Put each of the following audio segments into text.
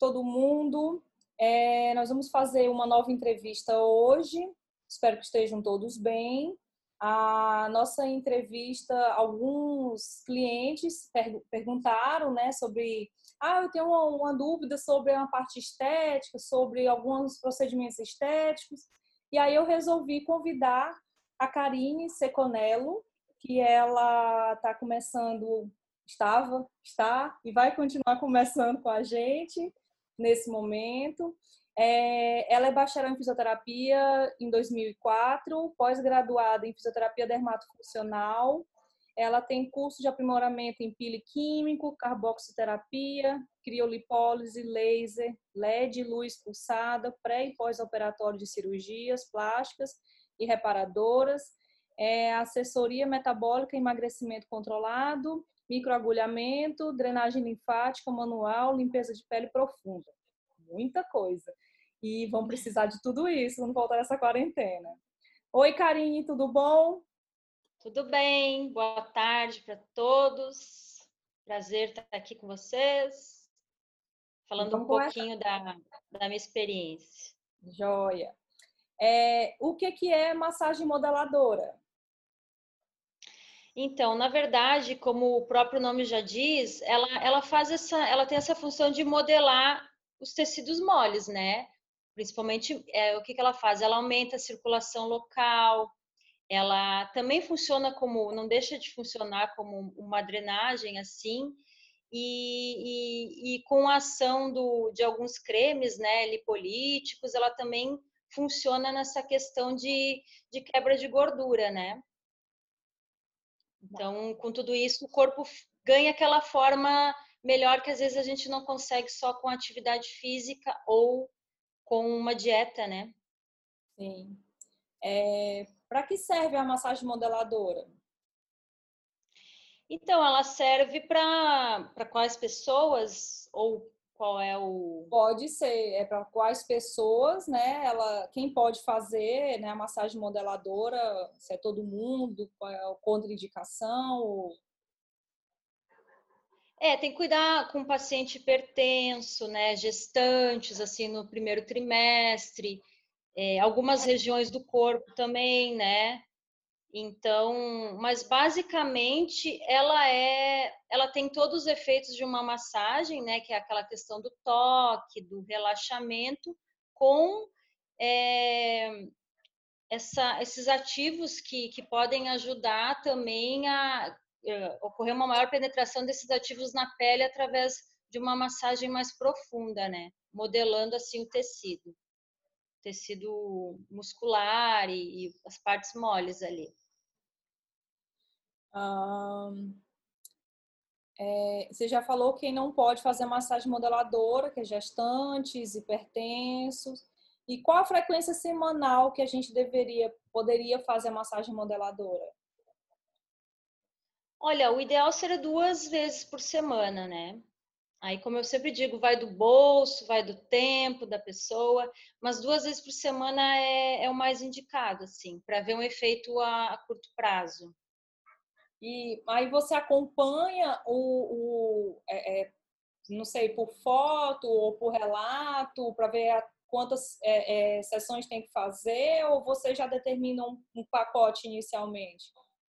todo mundo. Nós vamos fazer uma nova entrevista hoje. Espero que estejam todos bem. A nossa entrevista, alguns clientes perguntaram, né, sobre... eu tenho uma dúvida sobre uma parte estética, sobre alguns procedimentos estéticos. E aí eu resolvi convidar a Karine Seconello, que ela está e vai continuar começando com a gente nesse momento. Ela é bacharel em fisioterapia em 2004, pós-graduada em fisioterapia dermatofuncional. Ela tem curso de aprimoramento em pele químico, carboxiterapia, criolipólise, laser, LED, luz pulsada, pré e pós-operatório de cirurgias plásticas e reparadoras, assessoria metabólica, emagrecimento controlado, microagulhamento, drenagem linfática manual, limpeza de pele profunda. Muita coisa. E vão precisar de tudo isso quando voltar essa quarentena. Oi, Karine, tudo bom? Tudo bem, boa tarde para todos. Prazer estar aqui com vocês, falando um pouquinho da minha experiência. Joia. O que é massagem modeladora? Então, na verdade, como o próprio nome já diz, ela tem essa função de modelar os tecidos moles, né? Principalmente, o que ela faz? Ela aumenta a circulação local. Ela também funciona não deixa de funcionar como uma drenagem assim, e com a ação de alguns cremes, né, lipolíticos, ela também funciona nessa questão de quebra de gordura, né? Então, com tudo isso, o corpo ganha aquela forma melhor que às vezes a gente não consegue só com atividade física ou com uma dieta, né? Sim. Para que serve a massagem modeladora? Então, ela serve para quais pessoas ou qual é o... Pode ser, para quais pessoas, né? Quem pode fazer, né, a massagem modeladora? Se é todo mundo, qual é a contraindicação? Tem que cuidar com paciente hipertenso, né? Gestantes, assim, no primeiro trimestre. Algumas regiões do corpo também, né? Então, mas basicamente ela tem todos os efeitos de uma massagem, né? Que é aquela questão do toque, do relaxamento, com esses ativos que podem ajudar também a ocorrer uma maior penetração desses ativos na pele através de uma massagem mais profunda, né? Modelando assim o tecido muscular e as partes moles ali. Você já falou quem não pode fazer massagem modeladora, que é gestantes, hipertensos. E qual a frequência semanal que a gente poderia fazer a massagem modeladora? Olha, o ideal seria 2 vezes por semana, né? Aí, como eu sempre digo, vai do bolso, vai do tempo da pessoa, mas 2 vezes por semana é o mais indicado, assim, para ver um efeito a curto prazo. E aí você acompanha não sei, por foto ou por relato, para ver quantas sessões tem que fazer, ou você já determina um pacote inicialmente?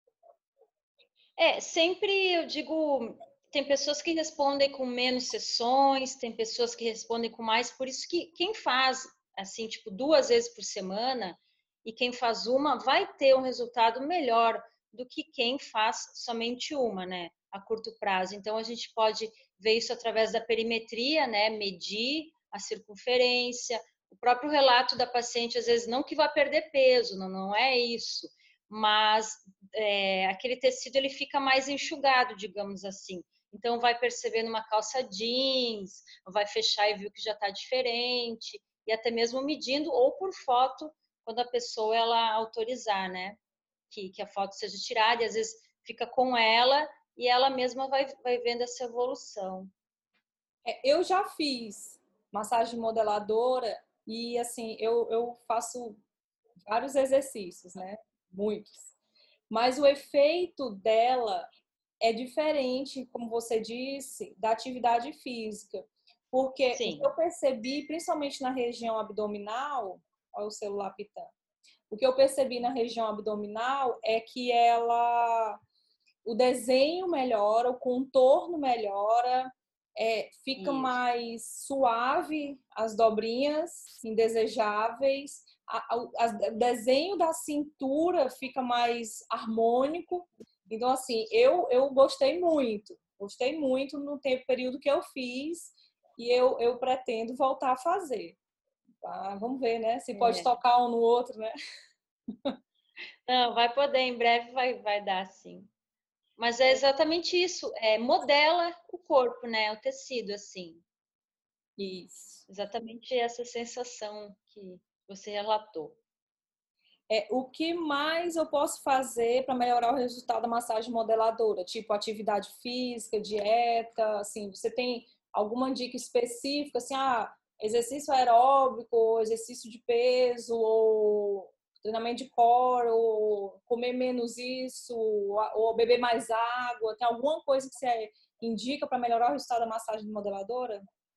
Sempre eu digo, tem pessoas que respondem com menos sessões, tem pessoas que respondem com mais, por isso que quem faz, assim, tipo, 2 vezes por semana e quem faz uma vai ter um resultado melhor do que quem faz somente uma, né, a curto prazo. Então, a gente pode ver isso através da perimetria, né, medir a circunferência, o próprio relato da paciente, às vezes, não que vá perder peso, não é isso, mas aquele tecido ele fica mais enxugado, digamos assim. Então, vai percebendo uma calça jeans, vai fechar e viu que já está diferente, e até mesmo medindo, ou por foto, quando a pessoa ela autorizar, né? Que a foto seja tirada, e às vezes fica com ela, e ela mesma vai vendo essa evolução. Eu já fiz massagem modeladora e, assim, eu faço vários exercícios, né? Muitos. Mas o efeito dela é diferente, como você disse, da atividade física. Porque o que Sim, eu percebi, principalmente na região abdominal, olha o celular pitando, o que eu percebi na região abdominal é que o desenho melhora, o contorno melhora, fica isso. mais suave as dobrinhas indesejáveis, o desenho da cintura fica mais harmônico. Então, assim, eu gostei muito no período que eu fiz e eu pretendo voltar a fazer. Tá? Vamos ver, né? Se pode É. tocar um no outro, né? Não, vai poder, em breve vai dar sim. Mas é exatamente isso, modela o corpo, né? O tecido, assim. Isso. Exatamente essa sensação que você relatou. O que mais eu posso fazer para melhorar o resultado da massagem modeladora? Tipo atividade física, dieta, assim, você tem alguma dica específica, assim, exercício aeróbico, ou exercício de peso, ou treinamento de core, ou comer menos isso, ou beber mais água? Tem alguma coisa que você indica para melhorar o resultado da massagem modeladora?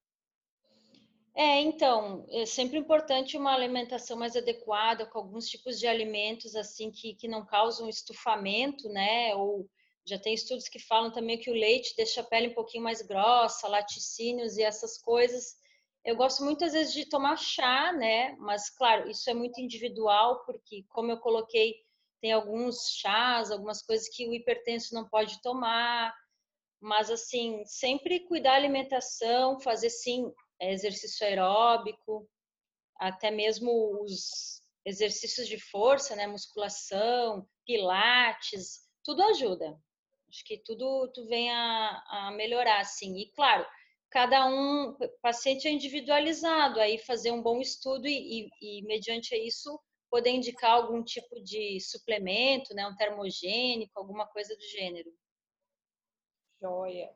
Então, é sempre importante uma alimentação mais adequada, com alguns tipos de alimentos, assim, que não causam estufamento, né? Ou já tem estudos que falam também que o leite deixa a pele um pouquinho mais grossa, laticínios e essas coisas. Eu gosto muitas vezes de tomar chá, né? Mas, claro, isso é muito individual, porque, como eu coloquei, tem alguns chás, algumas coisas que o hipertenso não pode tomar. Mas, assim, sempre cuidar da alimentação, fazer, sim, exercício aeróbico, até mesmo os exercícios de força, né? Musculação, pilates, tudo ajuda. Acho que tudo vem a melhorar, assim. E, claro, cada paciente é individualizado, aí fazer um bom estudo e mediante isso, poder indicar algum tipo de suplemento, né? Um termogênico, alguma coisa do gênero. Joia.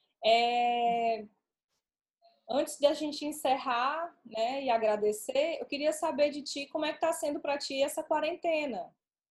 Antes de a gente encerrar, né, e agradecer, eu queria saber de ti como é que está sendo para ti essa quarentena.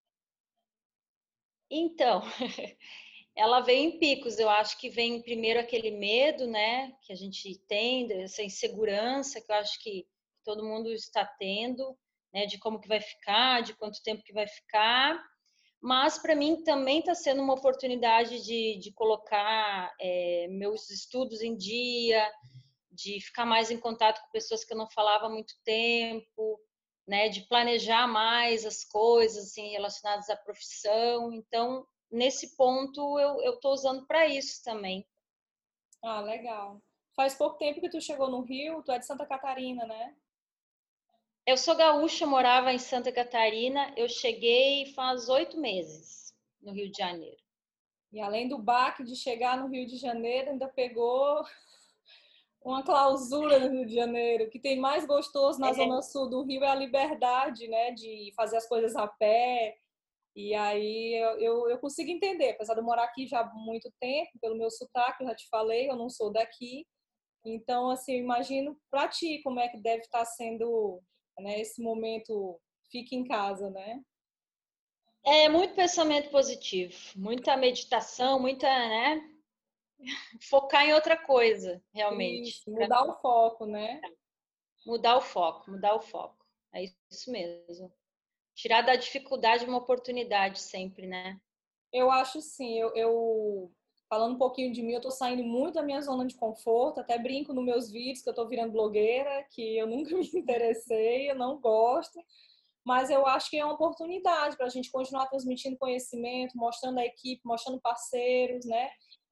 Então, ela vem em picos. Eu acho que vem primeiro aquele medo, né, que a gente tem, essa insegurança que eu acho que todo mundo está tendo, né, de como que vai ficar, de quanto tempo que vai ficar. Mas para mim também está sendo uma oportunidade de colocar meus estudos em dia, de ficar mais em contato com pessoas que eu não falava há muito tempo, né, de planejar mais as coisas assim, relacionadas à profissão. Então, nesse ponto, eu estou usando para isso também. Ah, legal. Faz pouco tempo que tu chegou no Rio, tu é de Santa Catarina, né? Eu sou gaúcha, morava em Santa Catarina, eu cheguei faz 8 meses no Rio de Janeiro. E além do baque de chegar no Rio de Janeiro, ainda pegou uma clausura no Rio de Janeiro. O que tem mais gostoso na zona sul do Rio é a liberdade, né, de fazer as coisas a pé. E aí eu consigo entender, apesar de eu morar aqui já há muito tempo, pelo meu sotaque, eu já te falei, eu não sou daqui. Então, assim, eu imagino para ti como é que deve estar sendo, né, esse momento fique em casa, né? É muito pensamento positivo, muita meditação, muita, né? Focar em outra coisa, realmente. Isso, Para mudar o foco, né? mudar o foco, mudar o foco. É isso mesmo. Tirar da dificuldade uma oportunidade sempre, né? Eu acho sim, falando um pouquinho de mim, eu tô saindo muito da minha zona de conforto, até brinco nos meus vídeos que eu tô virando blogueira, que eu nunca me interessei, eu não gosto, mas eu acho que é uma oportunidade para a gente continuar transmitindo conhecimento, mostrando a equipe, mostrando parceiros, né?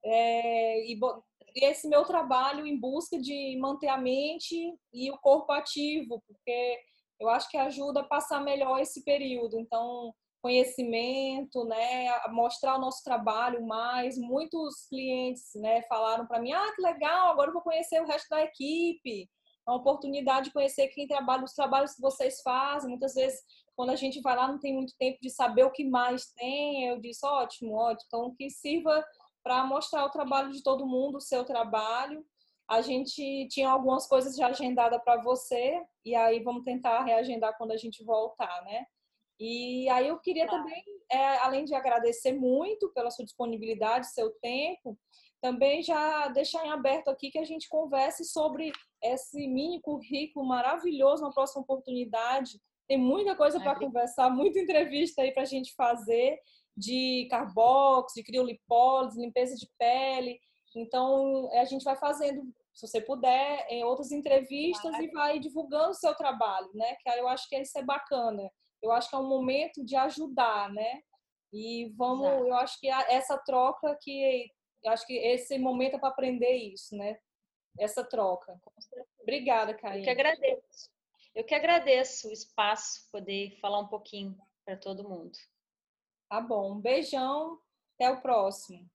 E esse meu trabalho em busca de manter a mente e o corpo ativo, porque eu acho que ajuda a passar melhor esse período. Então, conhecimento, né, a mostrar o nosso trabalho mais. Muitos clientes, né, falaram para mim: "Ah, que legal, agora eu vou conhecer o resto da equipe". É uma oportunidade de conhecer quem trabalha, os trabalhos que vocês fazem. Muitas vezes, quando a gente vai lá, não tem muito tempo de saber o que mais tem. Eu disse: "Ótimo, ótimo". Então, que sirva para mostrar o trabalho de todo mundo, o seu trabalho. A gente tinha algumas coisas já agendadas para você, e aí vamos tentar reagendar quando a gente voltar, né? E aí eu queria também, além de agradecer muito pela sua disponibilidade, seu tempo, também já deixar em aberto aqui que a gente converse sobre esse mini currículo maravilhoso na próxima oportunidade. Tem muita coisa para conversar, muita entrevista aí para a gente fazer de carbox, de criolipólise, limpeza de pele. Então, a gente vai fazendo, se você puder, em outras entrevistas e vai divulgando o seu trabalho, né? Que eu acho que isso é bacana. Eu acho que é um momento de ajudar, né? E vamos, Exato. eu acho que essa troca que eu acho que esse momento é para aprender isso, né? Essa troca. Obrigada, Karine. Eu que agradeço. Eu que agradeço o espaço, poder falar um pouquinho para todo mundo. Tá bom. Um beijão. Até o próximo.